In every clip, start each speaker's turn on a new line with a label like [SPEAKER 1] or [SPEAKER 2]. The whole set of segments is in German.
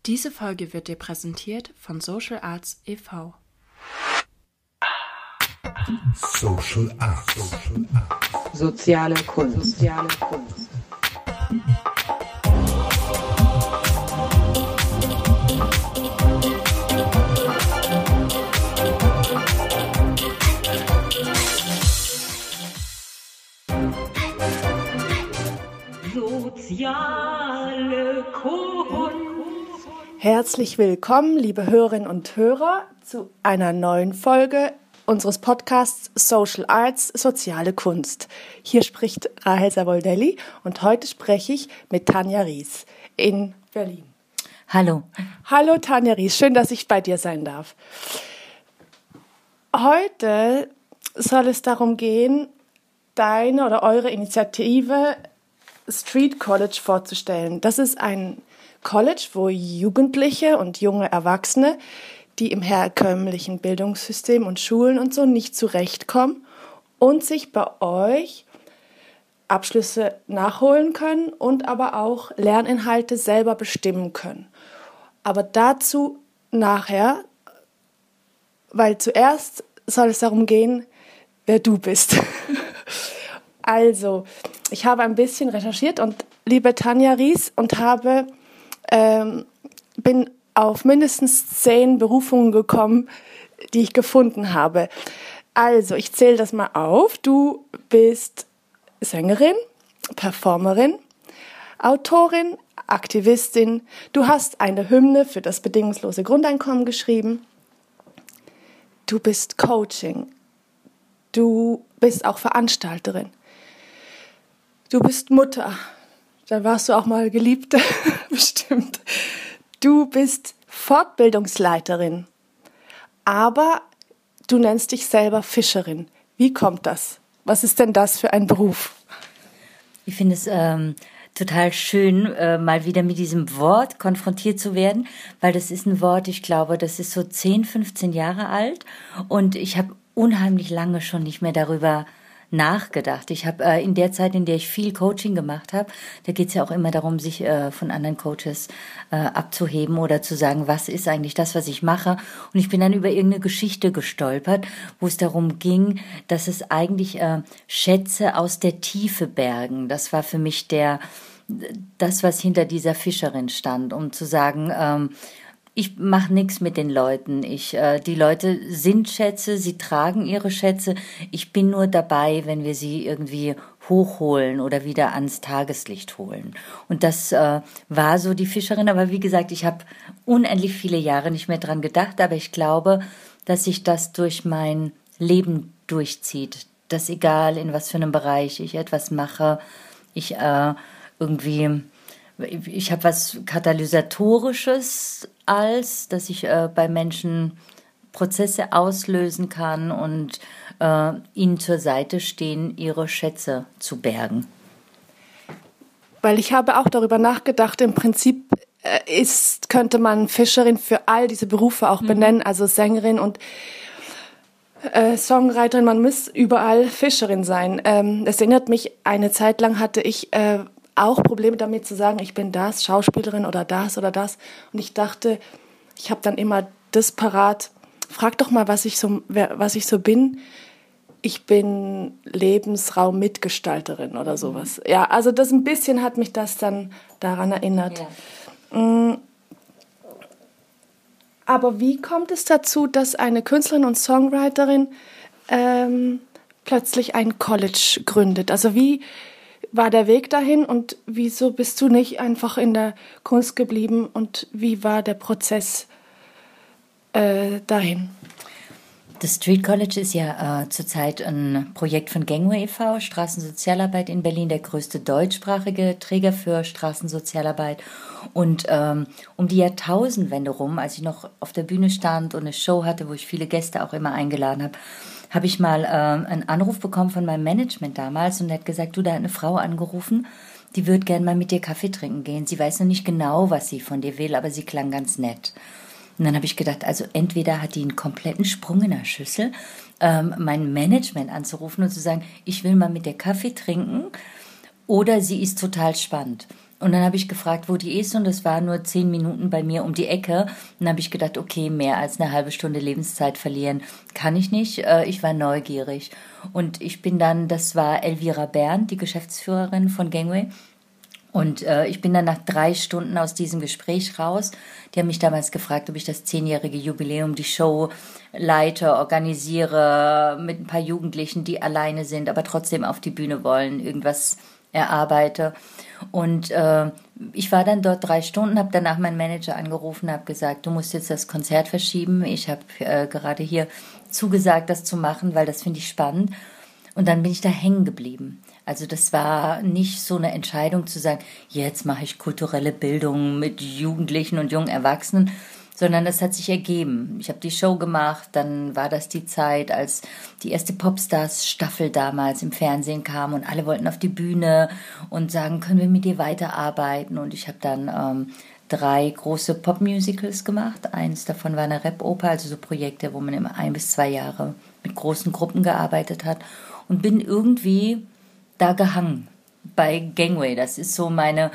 [SPEAKER 1] Diese Folge wird dir präsentiert von Social Arts e.V.
[SPEAKER 2] Social Arts.
[SPEAKER 3] Soziale Kunst.
[SPEAKER 4] Soziale Kunst.
[SPEAKER 5] Herzlich willkommen, liebe Hörerinnen und Hörer, zu einer neuen Folge unseres Podcasts Social Arts, soziale Kunst. Hier spricht Rahel Savoldelli und heute spreche ich mit Tanja Ries in Berlin.
[SPEAKER 6] Hallo.
[SPEAKER 5] Hallo Tanja Ries, schön, dass ich bei dir sein darf. Heute soll es darum gehen, deine oder eure Initiative Street College vorzustellen. Das ist ein College, wo Jugendliche und junge Erwachsene, die im herkömmlichen Bildungssystem und Schulen und so nicht zurechtkommen und sich bei euch Abschlüsse nachholen können und aber auch Lerninhalte selber bestimmen können. Aber dazu nachher, weil zuerst soll es darum gehen, wer du bist. Also, ich habe ein bisschen recherchiert und liebe Tanja Ries und bin auf mindestens 10 Berufungen gekommen, die ich gefunden habe. Also, ich zähle das mal auf. Du bist Sängerin, Performerin, Autorin, Aktivistin. Du hast eine Hymne für das bedingungslose Grundeinkommen geschrieben. Du bist Coaching. Du bist auch Veranstalterin. Du bist Mutter. Da warst du auch mal Geliebte, bestimmt. Du bist Fortbildungsleiterin. Aber du nennst dich selber Fischerin. Wie kommt das? Was ist denn das für ein Beruf?
[SPEAKER 6] Ich finde es total schön, mal wieder mit diesem Wort konfrontiert zu werden, weil das ist ein Wort, ich glaube, das ist so 10, 15 Jahre alt und ich habe unheimlich lange schon nicht mehr darüber nachgedacht. Ich habe in der Zeit, in der ich viel Coaching gemacht habe, da geht es ja auch immer darum, sich von anderen Coaches abzuheben oder zu sagen, was ist eigentlich das, was ich mache. Und ich bin dann über irgendeine Geschichte gestolpert, wo es darum ging, dass es eigentlich Schätze aus der Tiefe bergen. Das war für mich das, was hinter dieser Fischerin stand, um zu sagen, ich mache nichts mit den Leuten. Die Leute sind Schätze, sie tragen ihre Schätze. Ich bin nur dabei, wenn wir sie irgendwie hochholen oder wieder ans Tageslicht holen. Und das war so die Fischerin. Aber wie gesagt, ich habe unendlich viele Jahre nicht mehr dran gedacht. Aber ich glaube, dass sich das durch mein Leben durchzieht. Dass egal in was für einem Bereich ich etwas mache, ich habe was Katalysatorisches, dass ich bei Menschen Prozesse auslösen kann und ihnen zur Seite stehen, ihre Schätze zu bergen.
[SPEAKER 5] Weil ich habe auch darüber nachgedacht, im Prinzip könnte man Fischerin für all diese Berufe auch benennen, also Sängerin und Songwriterin, man muss überall Fischerin sein. Das erinnert mich, eine Zeit lang hatte ich auch Probleme damit zu sagen, ich bin das, Schauspielerin oder das oder das. Und ich dachte, ich habe dann immer das parat. Frag doch mal, was ich so bin. Ich bin Lebensraummitgestalterin oder sowas. Ja, also das ein bisschen hat mich das dann daran erinnert. Ja. Aber wie kommt es dazu, dass eine Künstlerin und Songwriterin plötzlich ein College gründet? Also wie war der Weg dahin und wieso bist du nicht einfach in der Kunst geblieben und wie war der Prozess dahin?
[SPEAKER 6] Das Street College ist ja zurzeit ein Projekt von Gangway e.V., Straßensozialarbeit in Berlin, der größte deutschsprachige Träger für Straßensozialarbeit. Und um die Jahrtausendwende rum, als ich noch auf der Bühne stand und eine Show hatte, wo ich viele Gäste auch immer eingeladen habe ich mal einen Anruf bekommen von meinem Management damals und der hat gesagt, da hat eine Frau angerufen, die würde gerne mal mit dir Kaffee trinken gehen. Sie weiß noch nicht genau, was sie von dir will, aber sie klang ganz nett. Und dann habe ich gedacht, also entweder hat die einen kompletten Sprung in der Schüssel, mein Management anzurufen und zu sagen, ich will mal mit der Kaffee trinken, oder sie ist total spannend. Und dann habe ich gefragt, wo die ist, und das war nur 10 Minuten bei mir um die Ecke. Und dann habe ich gedacht, okay, mehr als eine halbe Stunde Lebenszeit verlieren kann ich nicht. Ich war neugierig. Und ich bin dann, das war Elvira Berndt, die Geschäftsführerin von Gangway. Und ich bin dann nach 3 Stunden aus diesem Gespräch raus. Die haben mich damals gefragt, ob ich das 10-jährige Jubiläum, die Show leite, organisiere mit ein paar Jugendlichen, die alleine sind, aber trotzdem auf die Bühne wollen, irgendwas erarbeite. Und ich war dann dort 3 Stunden, habe danach meinen Manager angerufen, habe gesagt, du musst jetzt das Konzert verschieben. Ich habe gerade hier zugesagt, das zu machen, weil das finde ich spannend. Und dann bin ich da hängen geblieben. Also das war nicht so eine Entscheidung zu sagen, jetzt mache ich kulturelle Bildung mit Jugendlichen und jungen Erwachsenen, sondern das hat sich ergeben. Ich habe die Show gemacht, dann war das die Zeit, als die erste Popstars-Staffel damals im Fernsehen kam und alle wollten auf die Bühne und sagen, können wir mit dir weiterarbeiten? Und ich habe dann 3 große Popmusicals gemacht. Eins davon war eine Rap-Oper, also so Projekte, wo man immer 1 bis 2 Jahre mit großen Gruppen gearbeitet hat, und bin irgendwie da gehangen bei Gangway. Das ist so meine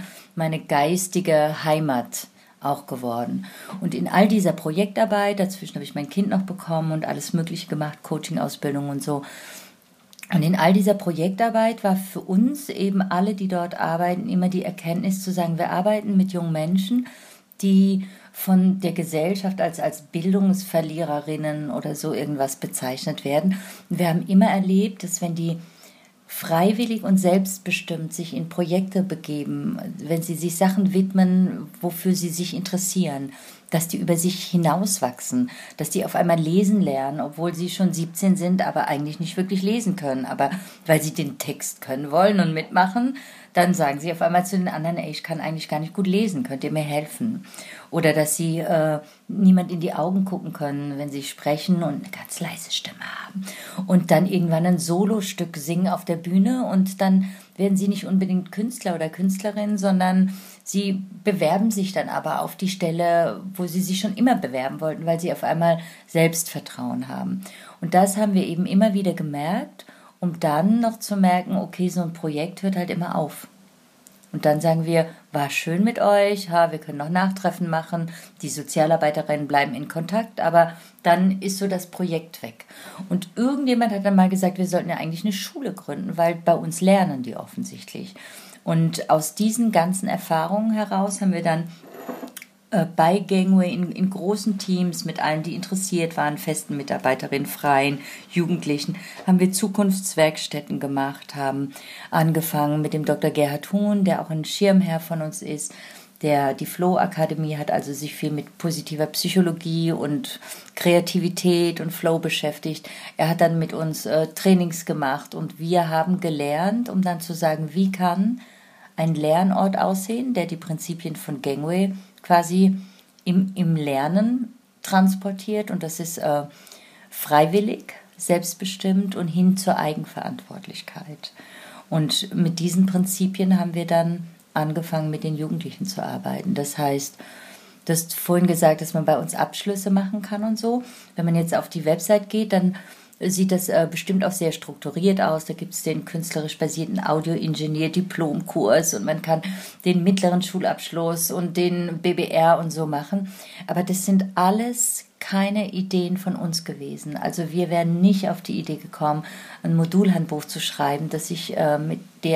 [SPEAKER 6] geistige Heimat auch geworden. Und in all dieser Projektarbeit, dazwischen habe ich mein Kind noch bekommen und alles Mögliche gemacht, Coaching-Ausbildung und so. Und in all dieser Projektarbeit war für uns eben alle, die dort arbeiten, immer die Erkenntnis zu sagen, wir arbeiten mit jungen Menschen, die von der Gesellschaft als Bildungsverliererinnen oder so irgendwas bezeichnet werden. Und wir haben immer erlebt, dass wenn die freiwillig und selbstbestimmt sich in Projekte begeben, wenn sie sich Sachen widmen, wofür sie sich interessieren, dass die über sich hinauswachsen, dass die auf einmal lesen lernen, obwohl sie schon 17 sind, aber eigentlich nicht wirklich lesen können. Aber weil sie den Text können wollen und mitmachen, dann sagen sie auf einmal zu den anderen, ey, ich kann eigentlich gar nicht gut lesen, könnt ihr mir helfen? Oder dass sie niemand in die Augen gucken können, wenn sie sprechen und eine ganz leise Stimme haben. Und dann irgendwann ein Solostück singen auf der Bühne, und dann werden sie nicht unbedingt Künstler oder Künstlerin, sondern sie bewerben sich dann aber auf die Stelle, wo sie sich schon immer bewerben wollten, weil sie auf einmal Selbstvertrauen haben. Und das haben wir eben immer wieder gemerkt, um dann noch zu merken, okay, so ein Projekt hört halt immer auf. Und dann sagen wir, war schön mit euch, wir können noch Nachtreffen machen, die Sozialarbeiterinnen bleiben in Kontakt, aber dann ist so das Projekt weg. Und irgendjemand hat dann mal gesagt, wir sollten ja eigentlich eine Schule gründen, weil bei uns lernen die offensichtlich. Und aus diesen ganzen Erfahrungen heraus haben wir dann bei Gangway in großen Teams mit allen, die interessiert waren, festen Mitarbeiterinnen, Freien, Jugendlichen, haben wir Zukunftswerkstätten gemacht, haben angefangen mit dem Dr. Gerhard Huhn, der auch ein Schirmherr von uns ist, der die Flow-Akademie hat, also sich viel mit positiver Psychologie und Kreativität und Flow beschäftigt. Er hat dann mit uns Trainings gemacht, und wir haben gelernt, um dann zu sagen, wie kann ein Lernort aussehen, der die Prinzipien von Gangway quasi im Lernen transportiert, und das ist freiwillig, selbstbestimmt und hin zur Eigenverantwortlichkeit. Und mit diesen Prinzipien haben wir dann angefangen, mit den Jugendlichen zu arbeiten. Das heißt, du hast vorhin gesagt, dass man bei uns Abschlüsse machen kann und so. Wenn man jetzt auf die Website geht, dann sieht das bestimmt auch sehr strukturiert aus. Da gibt es den künstlerisch basierten Audioingenieur-Diplomkurs, und man kann den mittleren Schulabschluss und den BBR und so machen. Aber das sind alles keine Ideen von uns gewesen. Also wir wären nicht auf die Idee gekommen, ein Modulhandbuch zu schreiben, das ich mit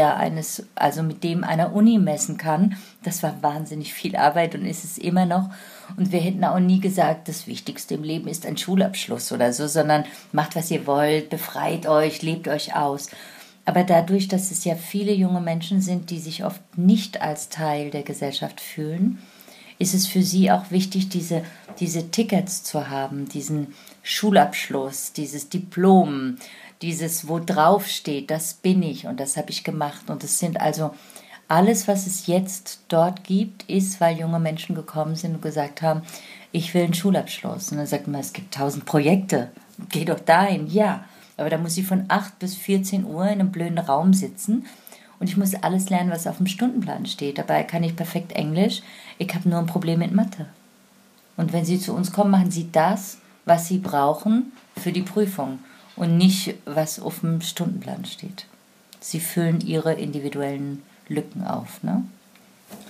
[SPEAKER 6] dem einer Uni messen kann. Das war wahnsinnig viel Arbeit und ist es immer noch. Und wir hätten auch nie gesagt, das Wichtigste im Leben ist ein Schulabschluss oder so, sondern macht, was ihr wollt, befreit euch, lebt euch aus. Aber dadurch, dass es ja viele junge Menschen sind, die sich oft nicht als Teil der Gesellschaft fühlen, ist es für sie auch wichtig, diese Tickets zu haben, diesen Schulabschluss, dieses Diplom, dieses, wo drauf steht, das bin ich und das habe ich gemacht. Und es sind also alles, was es jetzt dort gibt, ist, weil junge Menschen gekommen sind und gesagt haben, ich will einen Schulabschluss. Und dann sagt man, es gibt 1000 Projekte, geh doch dahin. Ja, aber da muss ich von 8 bis 14 Uhr in einem blöden Raum sitzen und ich muss alles lernen, was auf dem Stundenplan steht. Dabei kann ich perfekt Englisch, ich habe nur ein Problem mit Mathe. Und wenn Sie zu uns kommen, machen Sie das, was Sie brauchen für die Prüfung und nicht, was auf dem Stundenplan steht. Sie füllen Ihre individuellen Lücken auf, ne?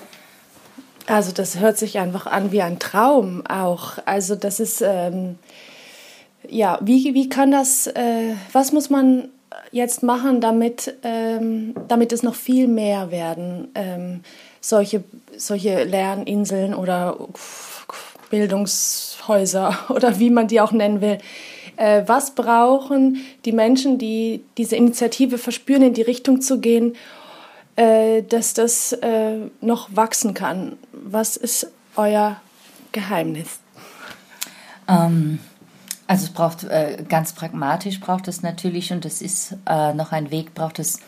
[SPEAKER 5] Also das hört sich einfach an wie ein Traum auch. Also das ist, wie kann das, was muss man jetzt machen, damit es noch viel mehr werden, solche Lerninseln oder Bildungshäuser oder wie man die auch nennen will. Was brauchen die Menschen, die diese Initiative verspüren, in die Richtung zu gehen, dass das noch wachsen kann? Was ist euer Geheimnis?
[SPEAKER 6] Also es braucht, ganz pragmatisch braucht es natürlich, und das ist noch ein Weg, braucht es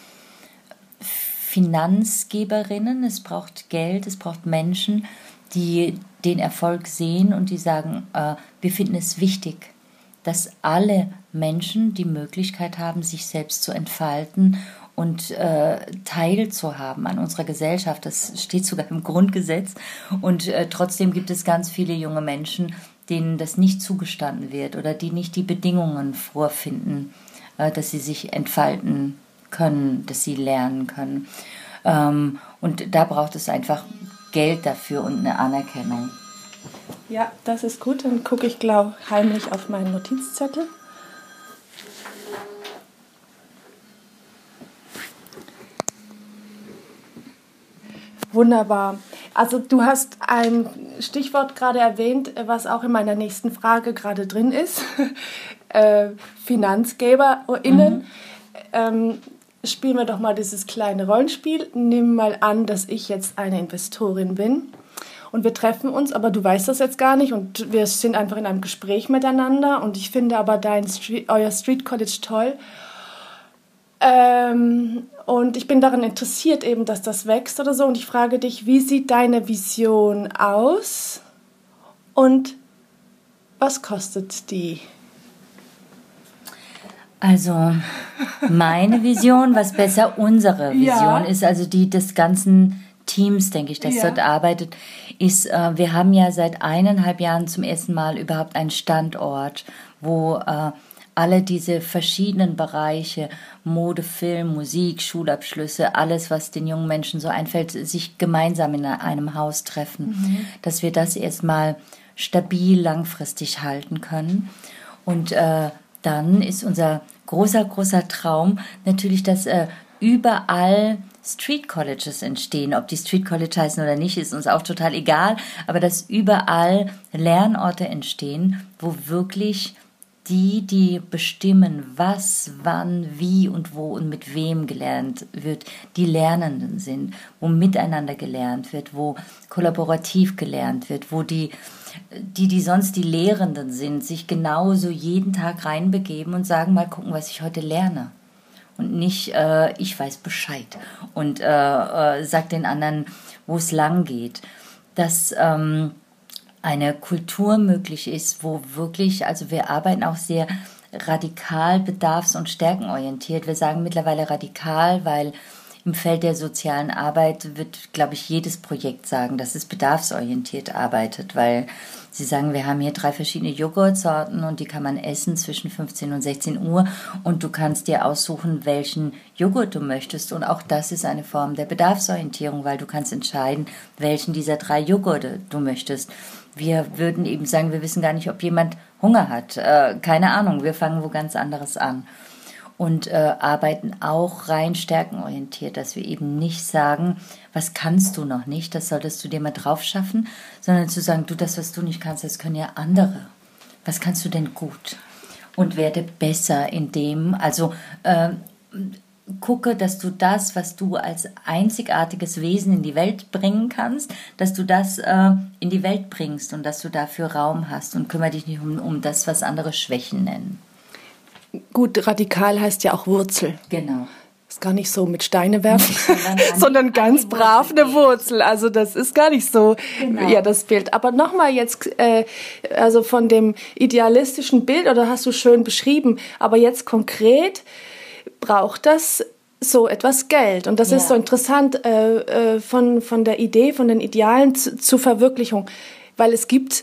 [SPEAKER 6] Finanzgeberinnen, es braucht Geld, es braucht Menschen, die den Erfolg sehen und die sagen, wir finden es wichtig, dass alle Menschen die Möglichkeit haben, sich selbst zu entfalten und teilzuhaben an unserer Gesellschaft. Das steht sogar im Grundgesetz. Und trotzdem gibt es ganz viele junge Menschen, denen das nicht zugestanden wird oder die nicht die Bedingungen vorfinden, dass sie sich entfalten können, dass sie lernen können. Und da braucht es einfach Geld dafür und eine Anerkennung.
[SPEAKER 5] Ja, das ist gut. Dann gucke ich heimlich auf meinen Notizzettel. Wunderbar. Also du hast ein Stichwort gerade erwähnt, was auch in meiner nächsten Frage gerade drin ist. FinanzgeberInnen. Spielen wir doch mal dieses kleine Rollenspiel. Nimm mal an, dass ich jetzt eine Investorin bin. Und wir treffen uns, aber du weißt das jetzt gar nicht und wir sind einfach in einem Gespräch miteinander und ich finde aber euer Street College toll. Und ich bin daran interessiert eben, dass das wächst oder so und ich frage dich, wie sieht deine Vision aus und was kostet die?
[SPEAKER 6] Also meine Vision, was besser unsere Vision ist, also die des ganzen Teams, denke ich, das dort arbeitet, ist, wir haben ja seit 1,5 Jahren zum ersten Mal überhaupt einen Standort, wo alle diese verschiedenen Bereiche, Mode, Film, Musik, Schulabschlüsse, alles, was den jungen Menschen so einfällt, sich gemeinsam in einem Haus treffen, dass wir das erstmal stabil langfristig halten können. Und dann ist unser großer Traum natürlich, dass überall Street Colleges entstehen. Ob die Street College heißen oder nicht, ist uns auch total egal, aber dass überall Lernorte entstehen, wo wirklich die bestimmen, was, wann, wie und wo und mit wem gelernt wird, die Lernenden sind, wo miteinander gelernt wird, wo kollaborativ gelernt wird, wo die sonst die Lehrenden sind, sich genauso jeden Tag reinbegeben und sagen, mal gucken, was ich heute lerne. Und nicht, ich weiß Bescheid und sag den anderen, wo es lang geht. Dass eine Kultur möglich ist, wo wirklich, also wir arbeiten auch sehr radikal, bedarfs- und stärkenorientiert. Wir sagen mittlerweile radikal, weil im Feld der sozialen Arbeit wird, glaube ich, jedes Projekt sagen, dass es bedarfsorientiert arbeitet, weil sie sagen, wir haben hier 3 verschiedene Joghurtsorten und die kann man essen zwischen 15 und 16 Uhr und du kannst dir aussuchen, welchen Joghurt du möchtest und auch das ist eine Form der Bedarfsorientierung, weil du kannst entscheiden, welchen dieser 3 Joghurte du möchtest. Wir würden eben sagen, wir wissen gar nicht, ob jemand Hunger hat. Keine Ahnung, wir fangen wo ganz anderes an. Und arbeiten auch rein stärkenorientiert, dass wir eben nicht sagen, was kannst du noch nicht, das solltest du dir mal drauf schaffen, sondern zu sagen, du, das, was du nicht kannst, das können ja andere. Was kannst du denn gut? Und werde besser in dem, also gucke, dass du das, was du als einzigartiges Wesen in die Welt bringen kannst, dass du das in die Welt bringst und dass du dafür Raum hast und kümmere dich nicht um das, was andere Schwächen nennen.
[SPEAKER 5] Gut, radikal heißt ja auch Wurzel.
[SPEAKER 6] Genau.
[SPEAKER 5] Ist gar nicht so mit Steine werfen, sondern ganz brav eine Wurzel. Also das ist gar nicht so, ja, das Bild. Aber nochmal jetzt, also von dem idealistischen Bild, oder hast du schön beschrieben, aber jetzt konkret braucht das so etwas Geld. Und das ist so interessant von der Idee, von den Idealen zur Verwirklichung. Weil es gibt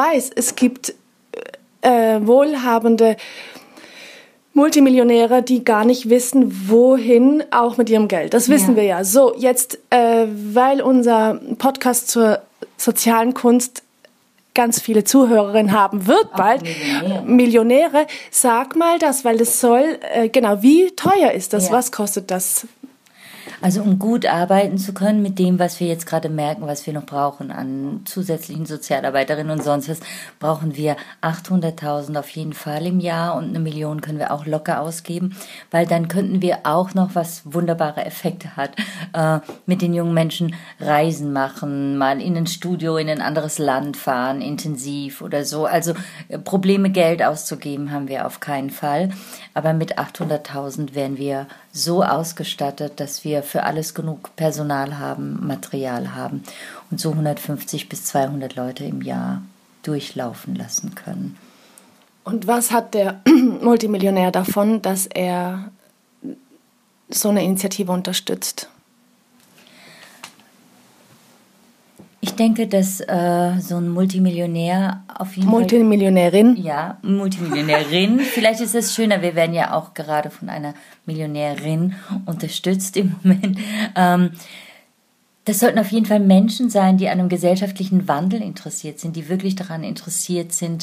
[SPEAKER 5] wohlhabende Multimillionäre, die gar nicht wissen, wohin, auch mit ihrem Geld. Das wissen wir ja. So, jetzt, weil unser Podcast zur sozialen Kunst ganz viele Zuhörerinnen haben wird, bald Millionäre. Sag mal das, weil das soll, genau, wie teuer ist das? Ja. Was kostet das?
[SPEAKER 6] Also um gut arbeiten zu können mit dem, was wir jetzt gerade merken, was wir noch brauchen an zusätzlichen Sozialarbeiterinnen und sonst was, brauchen wir 800.000 auf jeden Fall im Jahr und 1 Million können wir auch locker ausgeben, weil dann könnten wir auch noch, was wunderbare Effekte hat, mit den jungen Menschen Reisen machen, mal in ein Studio, in ein anderes Land fahren, intensiv oder so. Also Probleme, Geld auszugeben, haben wir auf keinen Fall. Aber mit 800.000 wären wir so ausgestattet, dass wir für alles genug Personal haben, Material haben und so 150 bis 200 Leute im Jahr durchlaufen lassen können.
[SPEAKER 5] Und was hat der Multimillionär davon, dass er so eine Initiative unterstützt?
[SPEAKER 6] Ich denke, dass so ein Multimillionär auf jeden
[SPEAKER 5] Multimillionärin?
[SPEAKER 6] Fall... Ja, Multimillionärin. Vielleicht ist es schöner, wir werden ja auch gerade von einer Millionärin unterstützt im Moment. Das sollten auf jeden Fall Menschen sein, die an einem gesellschaftlichen Wandel interessiert sind, die wirklich daran interessiert sind,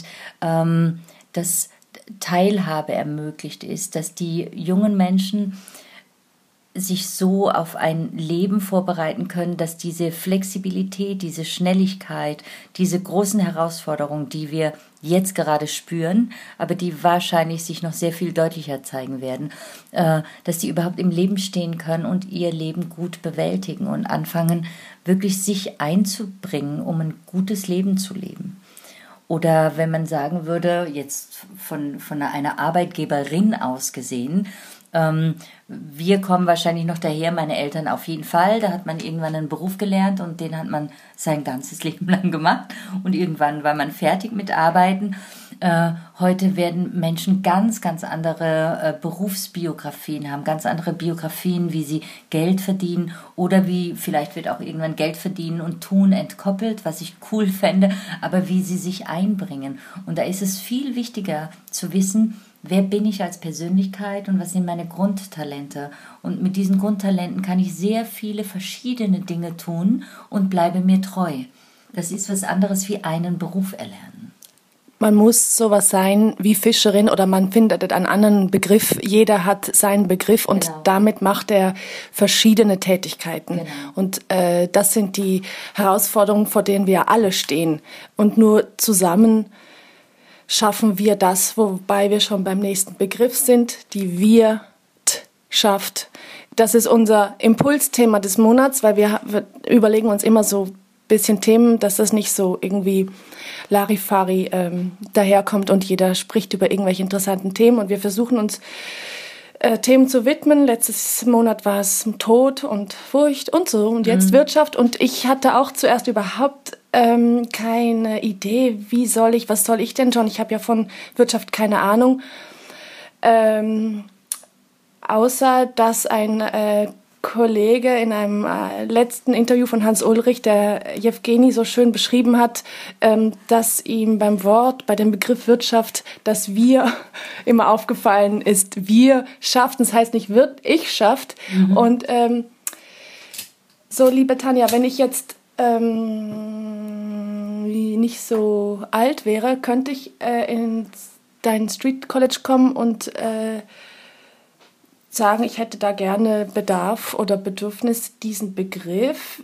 [SPEAKER 6] dass Teilhabe ermöglicht ist, dass die jungen Menschen sich so auf ein Leben vorbereiten können, dass diese Flexibilität, diese Schnelligkeit, diese großen Herausforderungen, die wir jetzt gerade spüren, aber die wahrscheinlich sich noch sehr viel deutlicher zeigen werden, dass die überhaupt im Leben stehen können und ihr Leben gut bewältigen und anfangen, wirklich sich einzubringen, um ein gutes Leben zu leben. Oder wenn man sagen würde, jetzt von einer Arbeitgeberin aus gesehen, wir kommen wahrscheinlich noch daher, meine Eltern auf jeden Fall, da hat man irgendwann einen Beruf gelernt und den hat man sein ganzes Leben lang gemacht und irgendwann war man fertig mit Arbeiten. Heute werden Menschen ganz, ganz andere Berufsbiografien haben, ganz andere Biografien, wie sie Geld verdienen oder wie, vielleicht wird auch irgendwann Geld verdienen und tun entkoppelt, was ich cool fände, aber wie sie sich einbringen. Und da ist es viel wichtiger zu wissen, wer bin ich als Persönlichkeit und was sind meine Grundtalente? Und mit diesen Grundtalenten kann ich sehr viele verschiedene Dinge tun und bleibe mir treu. Das ist was anderes wie einen Beruf erlernen.
[SPEAKER 5] Man muss sowas sein wie Fischerin oder man findet einen anderen Begriff. Jeder hat seinen Begriff und genau. Damit macht er verschiedene Tätigkeiten. Genau. Und das sind die Herausforderungen, vor denen wir alle stehen. Und nur zusammen schaffen wir das, wobei wir schon beim nächsten Begriff sind, die Wir-t-Schaft. Das ist unser Impulsthema des Monats, weil wir überlegen uns immer so ein bisschen Themen, dass das nicht so irgendwie Larifari daherkommt und jeder spricht über irgendwelche interessanten Themen und wir versuchen uns Themen zu widmen. Letztes Monat war es Tod und Furcht und so und jetzt Wirtschaft und ich hatte auch zuerst überhaupt keine Idee, was soll ich denn schon? Ich habe ja von Wirtschaft keine Ahnung, außer dass ein Kollege in einem letzten Interview von Hans Ulrich, der Jewgeni so schön beschrieben hat, dass ihm bei dem Begriff Wirtschaft, das Wir immer aufgefallen ist. Wir schafft, das heißt nicht ich schafft. Und so, liebe Tanja, wenn ich jetzt nicht so alt wäre, könnte ich in dein Street College kommen und sagen, ich hätte da gerne Bedarf oder Bedürfnis, diesen Begriff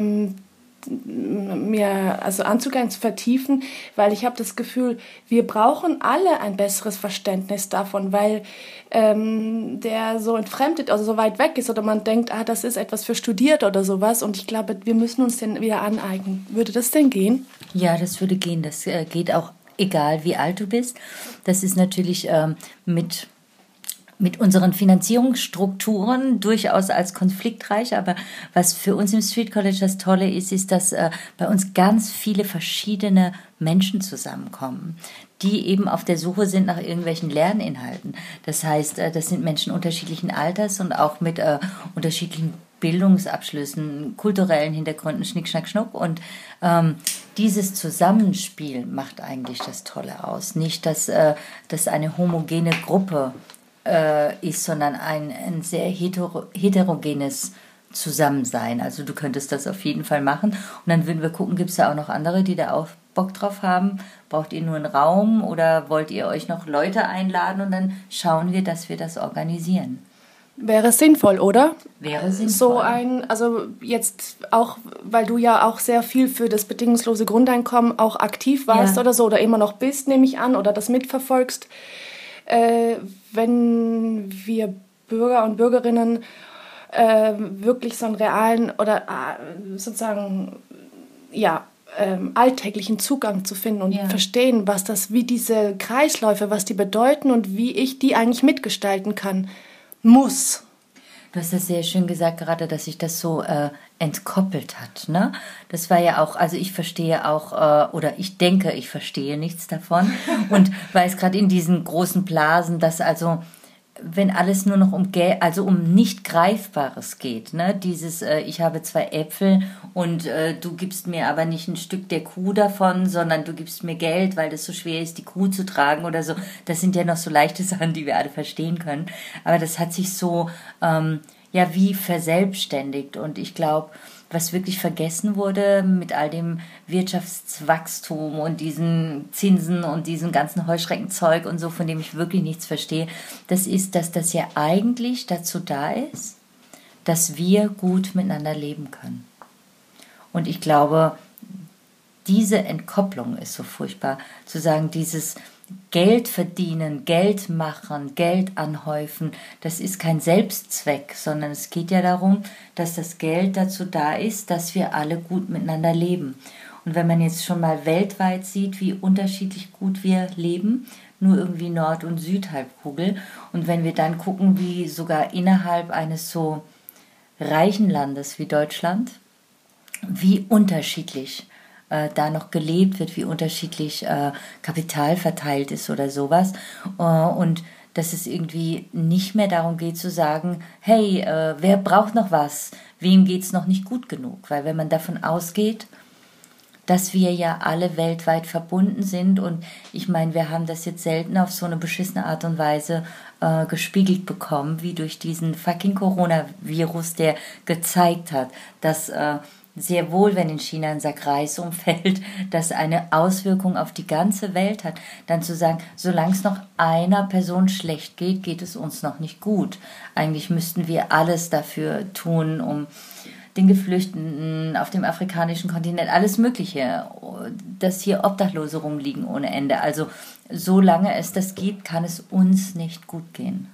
[SPEAKER 5] mir anzugehen, zu vertiefen, weil ich habe das Gefühl, wir brauchen alle ein besseres Verständnis davon, weil der so entfremdet, also so weit weg ist oder man denkt, das ist etwas für Studierte oder sowas und ich glaube, wir müssen uns den wieder aneignen. Würde das denn gehen?
[SPEAKER 6] Ja, das würde gehen. Das geht auch egal, wie alt du bist. Das ist natürlich mit unseren Finanzierungsstrukturen durchaus als konfliktreich, aber was für uns im Street College das Tolle ist, ist, dass bei uns ganz viele verschiedene Menschen zusammenkommen, die eben auf der Suche sind nach irgendwelchen Lerninhalten. Das heißt, das sind Menschen unterschiedlichen Alters und auch mit unterschiedlichen Bildungsabschlüssen, kulturellen Hintergründen, Schnick, Schnack, Schnuck und dieses Zusammenspiel macht eigentlich das Tolle aus. Nicht, dass eine homogene Gruppe ist, sondern ein sehr heterogenes zusammen sein. Also du könntest das auf jeden Fall machen. Und dann würden wir gucken, gibt es da auch noch andere, die da auch Bock drauf haben? Braucht ihr nur einen Raum oder wollt ihr euch noch Leute einladen? Und dann schauen wir, dass wir das organisieren.
[SPEAKER 5] Wäre sinnvoll, oder?
[SPEAKER 6] Wäre sinnvoll.
[SPEAKER 5] So also jetzt auch, weil du ja auch sehr viel für das bedingungslose Grundeinkommen auch aktiv warst oder so, oder immer noch bist, nehme ich an, oder das mitverfolgst. Wenn wir Bürger und Bürgerinnen wirklich so einen realen oder sozusagen, alltäglichen Zugang zu finden und verstehen, wie diese Kreisläufe, was die bedeuten und wie ich die eigentlich mitgestalten kann, muss.
[SPEAKER 6] Du hast das sehr schön gesagt, gerade, dass sich das so entkoppelt hat. Ne? Das war ja auch, also ich verstehe auch, oder ich denke, ich verstehe nichts davon und weiß gerade in diesen großen Blasen, dass also, wenn alles nur noch um Geld, also um nicht Greifbares geht, ne? Dieses, ich habe 2 Äpfel und du gibst mir aber nicht ein Stück der Kuh davon, sondern du gibst mir Geld, weil das so schwer ist, die Kuh zu tragen oder so. Das sind ja noch so leichte Sachen, die wir alle verstehen können. Aber das hat sich so, wie verselbstständigt. Und ich glaube, was wirklich vergessen wurde mit all dem Wirtschaftswachstum und diesen Zinsen und diesem ganzen Heuschreckenzeug und so, von dem ich wirklich nichts verstehe, das ist, dass das ja eigentlich dazu da ist, dass wir gut miteinander leben können. Und ich glaube, diese Entkopplung ist so furchtbar, zu sagen, dieses Geld verdienen, Geld machen, Geld anhäufen, das ist kein Selbstzweck, sondern es geht ja darum, dass das Geld dazu da ist, dass wir alle gut miteinander leben. Und wenn man jetzt schon mal weltweit sieht, wie unterschiedlich gut wir leben, nur irgendwie Nord- und Südhalbkugel, und wenn wir dann gucken, wie sogar innerhalb eines so reichen Landes wie Deutschland, wie unterschiedlich da noch gelebt wird, wie unterschiedlich Kapital verteilt ist oder sowas. Und dass es irgendwie nicht mehr darum geht zu sagen, hey, wer braucht noch was? Wem geht's noch nicht gut genug? Weil wenn man davon ausgeht, dass wir ja alle weltweit verbunden sind und ich meine, wir haben das jetzt selten auf so eine beschissene Art und Weise gespiegelt bekommen, wie durch diesen fucking Coronavirus, der gezeigt hat, dass sehr wohl, wenn in China ein Sack Reis umfällt, das eine Auswirkung auf die ganze Welt hat, dann zu sagen, solange es noch einer Person schlecht geht, geht es uns noch nicht gut. Eigentlich müssten wir alles dafür tun, um den Geflüchteten auf dem afrikanischen Kontinent, alles Mögliche, dass hier Obdachlose rumliegen ohne Ende. Also solange es das gibt, kann es uns nicht gut gehen.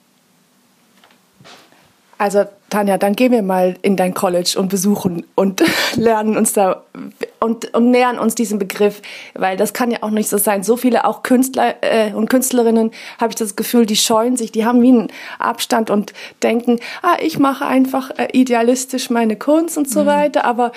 [SPEAKER 5] Also Tanja, dann gehen wir mal in dein College und besuchen und lernen uns da und nähern uns diesem Begriff, weil das kann ja auch nicht so sein. So viele auch Künstler und Künstlerinnen, habe ich das Gefühl, die scheuen sich, die haben wie einen Abstand und denken, ich mache einfach idealistisch meine Kunst und so weiter, aber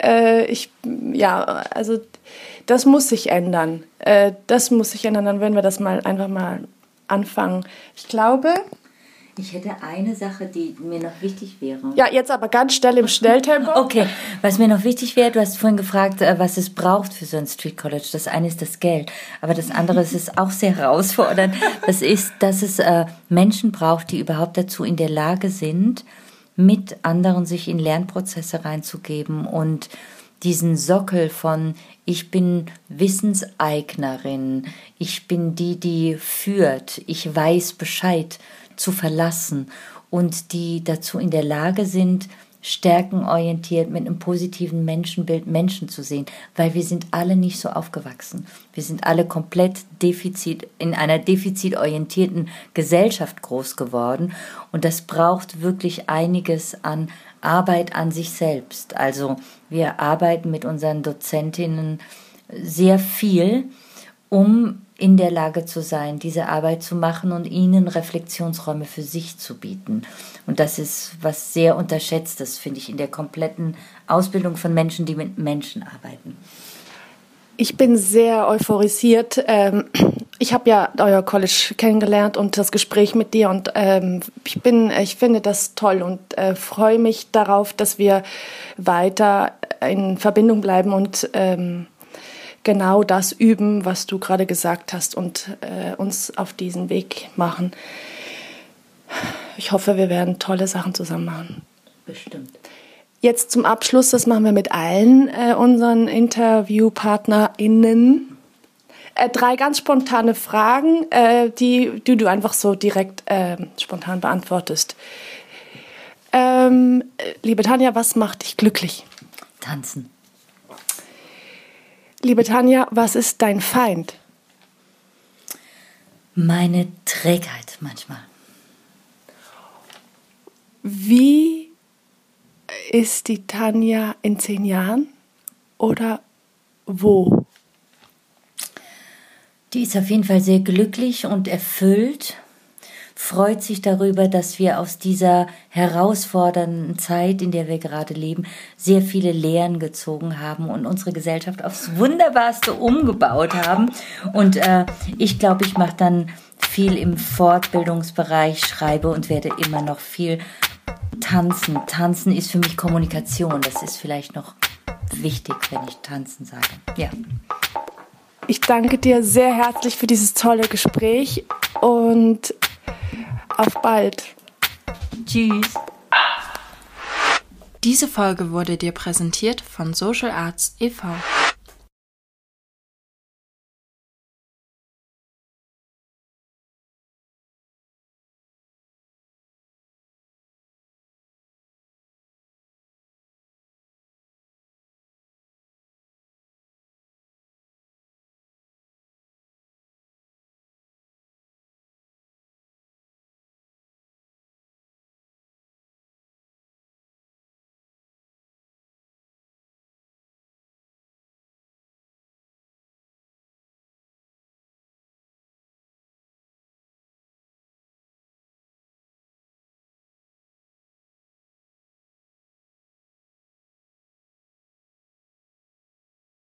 [SPEAKER 5] also das muss sich ändern. Dann werden wir das einfach mal anfangen. Ich glaube...
[SPEAKER 6] Ich hätte eine Sache, die mir noch wichtig wäre.
[SPEAKER 5] Ja, jetzt aber ganz schnell im Schnelltempo.
[SPEAKER 6] Okay, was mir noch wichtig wäre, du hast vorhin gefragt, was es braucht für so ein Street College. Das eine ist das Geld, aber das andere ist auch sehr herausfordernd. Das ist, dass es Menschen braucht, die überhaupt dazu in der Lage sind, mit anderen sich in Lernprozesse reinzugeben und diesen Sockel von ich bin Wissenseignerin, ich bin die führt, ich weiß Bescheid, zu verlassen und die dazu in der Lage sind, stärkenorientiert mit einem positiven Menschenbild Menschen zu sehen, weil wir sind alle nicht so aufgewachsen. Wir sind alle komplett in einer defizitorientierten Gesellschaft groß geworden und das braucht wirklich einiges an Arbeit an sich selbst. Also wir arbeiten mit unseren Dozentinnen sehr viel, um in der Lage zu sein, diese Arbeit zu machen und ihnen Reflexionsräume für sich zu bieten. Und das ist was sehr Unterschätztes, finde ich, in der kompletten Ausbildung von Menschen, die mit Menschen arbeiten.
[SPEAKER 5] Ich bin sehr euphorisiert. Ich habe ja euer College kennengelernt und das Gespräch mit dir und ich finde das toll und freue mich darauf, dass wir weiter in Verbindung bleiben und genau das üben, was du gerade gesagt hast und uns auf diesen Weg machen. Ich hoffe, wir werden tolle Sachen zusammen machen.
[SPEAKER 6] Bestimmt.
[SPEAKER 5] jetzt zum Abschluss, das machen wir mit allen unseren InterviewpartnerInnen, 3 ganz spontane Fragen, die du einfach so direkt spontan beantwortest. Liebe Tanja, was macht dich glücklich?
[SPEAKER 6] Tanzen.
[SPEAKER 5] Liebe Tanja, was ist dein Feind?
[SPEAKER 6] Meine Trägheit manchmal.
[SPEAKER 5] Wie ist die Tanja in 10 Jahren oder wo?
[SPEAKER 6] Die ist auf jeden Fall sehr glücklich und erfüllt, freut sich darüber, dass wir aus dieser herausfordernden Zeit, in der wir gerade leben, sehr viele Lehren gezogen haben und unsere Gesellschaft aufs Wunderbarste umgebaut haben. Und ich glaube, ich mache dann viel im Fortbildungsbereich, schreibe und werde immer noch viel tanzen. Tanzen ist für mich Kommunikation. Das ist vielleicht noch wichtig, wenn ich tanzen sage. Ja.
[SPEAKER 5] Ich danke dir sehr herzlich für dieses tolle Gespräch und auf bald.
[SPEAKER 6] Tschüss.
[SPEAKER 1] Diese Folge wurde dir präsentiert von Social Arts e.V.